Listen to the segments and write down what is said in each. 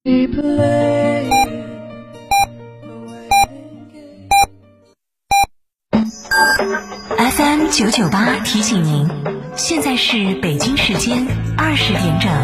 FM 998提醒您，现在是北京时间20点整。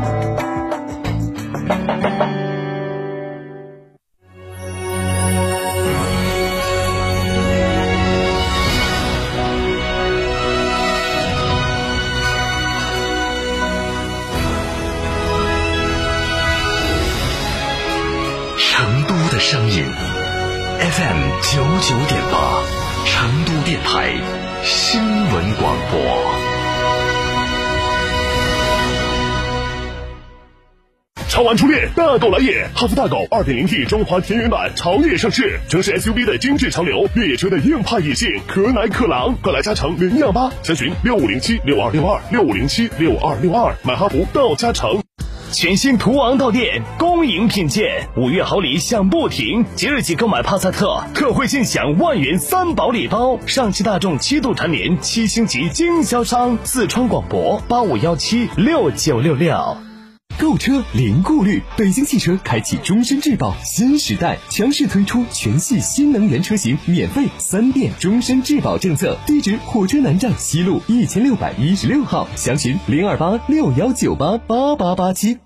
成都的声音 FM 99.8，成都电台新闻广播。 超玩初恋，大狗来也！哈弗大狗 2.0T 中华田园版潮野上市，城市 SUV 的精致潮流，越野车的硬派野性，可奶可狼，快来加诚018，详询65076262，65076262，买哈弗到加诚。 全新途昂到店，恭迎品鉴，5月好礼享不停！即日起购买帕萨特，特惠尽享万元3宝礼包。上汽大众7度蝉联7星级经销商，四川广博85176966。 购车零顾虑，北京汽车开启终身质保新时代，强势推出全系新能源车型免费3电终身质保政策。地址：火车南站西路1616号，详询02861988887。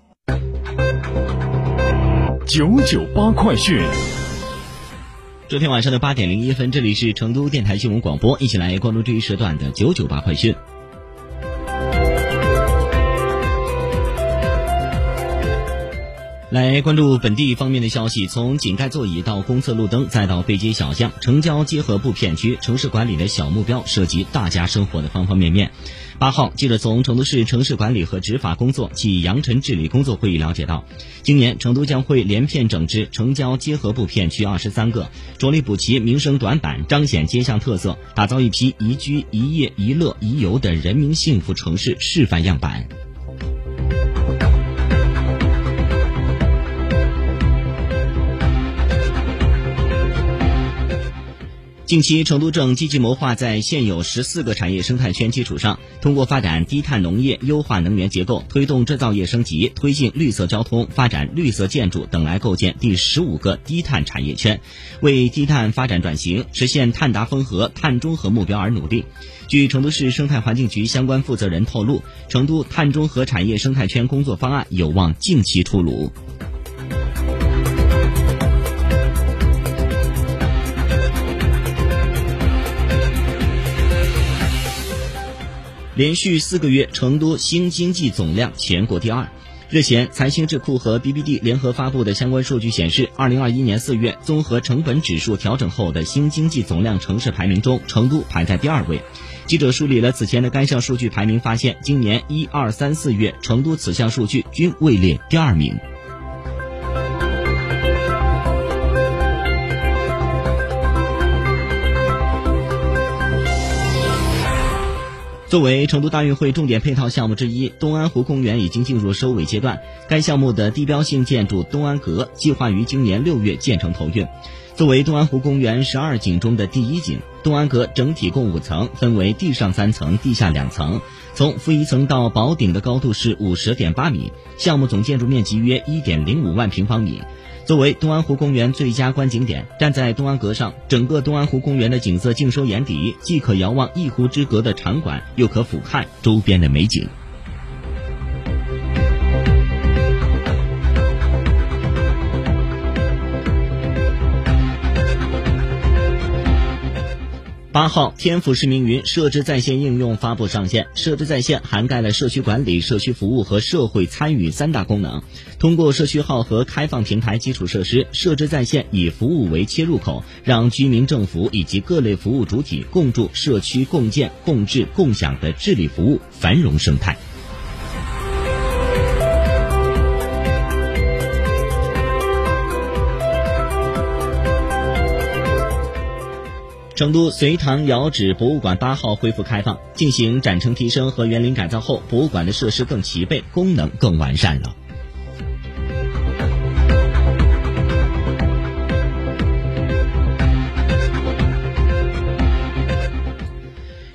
998快讯。 昨天晚上的8点01分，这里是成都电台新闻广播，一起来关注这一时段的998快讯。来关注本地方面的消息，从井盖座椅到公厕路灯，再到背街小巷，城郊结合部片区城市管理的小目标涉及大家生活的方方面面。8号，记者从成都市城市管理和执法工作暨扬尘治理工作会议了解到，今年成都将会连片整治城郊结合部片区23个，着力补齐民生短板，彰显街巷特色，打造一批宜居宜业宜乐宜游的人民幸福城市示范样板。近期，成都正积极谋划在现有14个产业生态圈基础上，通过发展低碳农业、优化能源结构、推动制造业升级、推进绿色交通、发展绿色建筑等来构建第15个低碳产业圈，为低碳发展转型、实现碳达峰和、碳中和目标而努力。据成都市生态环境局相关负责人透露，成都碳中和产业生态圈工作方案有望近期出炉。连续4个月，成都新经济总量全国第2。日前，财新智库和 BBD 联合发布的相关数据显示，2021年4月综合成本指数调整后的新经济总量城市排名中，成都排在第2位。记者梳理了此前的该项数据排名，发现今年1、2、3、4月成都此项数据均位列第2名。作为成都大运会重点配套项目之一，东安湖公园已经进入收尾阶段。该项目的地标性建筑东安阁计划于今年6月建成投运。作为东安湖公园12景中的第1景，东安阁整体共5层，分为地上3层、地下2层。从负1层到宝顶的高度是50.8米，项目总建筑面积约 1.05 万平方米。作为东安湖公园最佳观景点，站在东安阁上，整个东安湖公园的景色尽收眼底，既可遥望一湖之隔的场馆，又可俯瞰周边的美景。8号，天府市民云设置在线应用发布上线。设置在线涵盖了社区管理、社区服务和社会参与3大功能。通过社区号和开放平台基础设施，设置在线以服务为切入口，让居民、政府以及各类服务主体共筑社区共建、共治、共享的治理服务繁荣生态。成都隋唐窑址博物馆8号恢复开放，进行展陈提升和园林改造后，博物馆的设施更齐备，功能更完善了。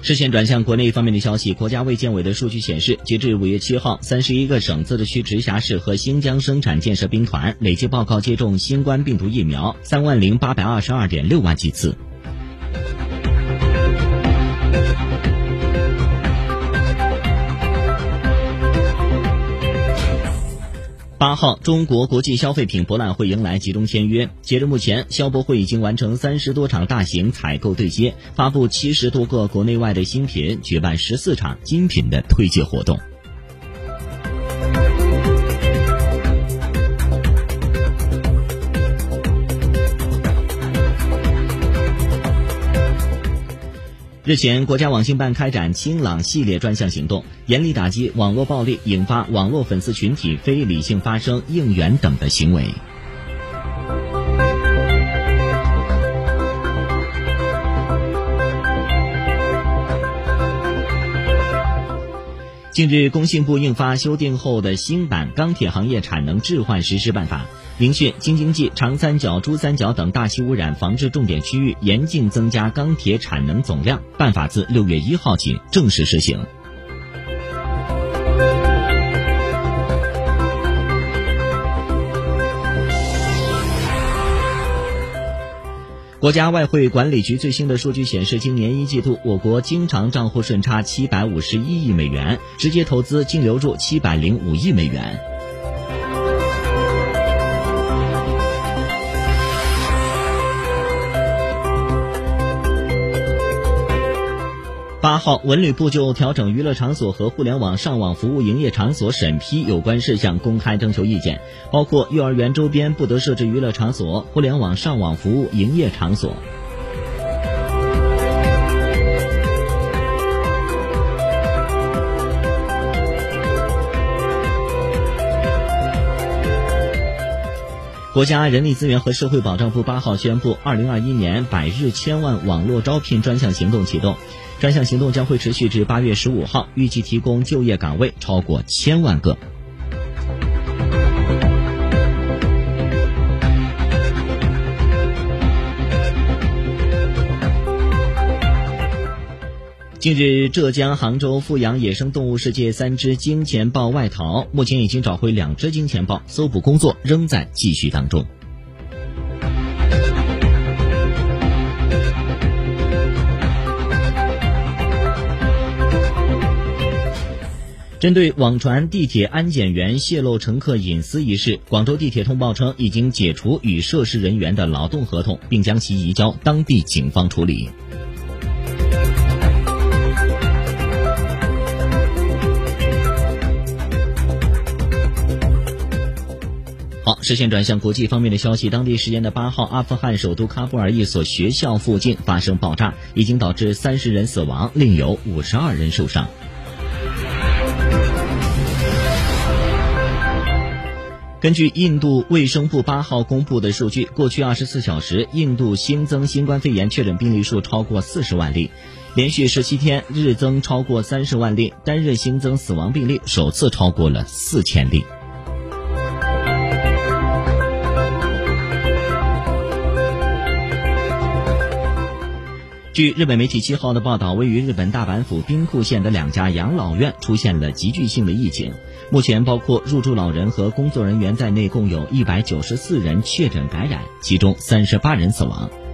视线转向国内方面的消息，国家卫健委的数据显示，截至5月7号，31个省、自治区、直辖市和新疆生产建设兵团累计报告接种新冠病毒疫苗30822.6万剂次。8号，中国国际消费品博览会迎来集中签约。截至目前，消博会已经完成30多场大型采购对接，发布70多个国内外的新品，举办14场精品的推介活动。日前，国家网信办开展清朗系列专项行动，严厉打击网络暴力引发网络粉丝群体非理性发声、应援等的行为。近日，工信部印发修订后的新版《钢铁行业产能置换实施办法》，明确京津冀、长三角、珠三角等大气污染防治重点区域严禁增加钢铁产能总量。办法自6月1号起正式施行。国家外汇管理局最新的数据显示，今年1季度我国经常账户顺差751亿美元，直接投资净流入705亿美元。8号，文旅部就调整娱乐场所和互联网上网服务营业场所审批有关事项公开征求意见，包括幼儿园周边不得设置娱乐场所、互联网上网服务营业场所。国家人力资源和社会保障部8号宣布，2021年百日千万网络招聘专项行动启动。专项行动将会持续至8月15号，预计提供就业岗位超过1000万个。近日，浙江杭州富阳野生动物世界3只金钱豹外逃，目前已经找回2只金钱豹，搜捕工作仍在继续当中。针对网传地铁安检员泄露乘客隐私一事，广州地铁通报称已经解除与涉事人员的劳动合同，并将其移交当地警方处理。好，视线转向国际方面的消息，当地时间的8号，阿富汗首都喀布尔一所学校附近发生爆炸，已经导致30人死亡，另有52人受伤。根据印度卫生部8号公布的数据，过去24小时，印度新增新冠肺炎确诊病例数超过40万例，连续17天日增超过30万例，单日新增死亡病例首次超过了4000例。据日本媒体7号的报道，位于日本大阪府兵库县的2家养老院出现了急剧性的疫情，目前包括入住老人和工作人员在内，共有194人确诊感染，其中38人死亡。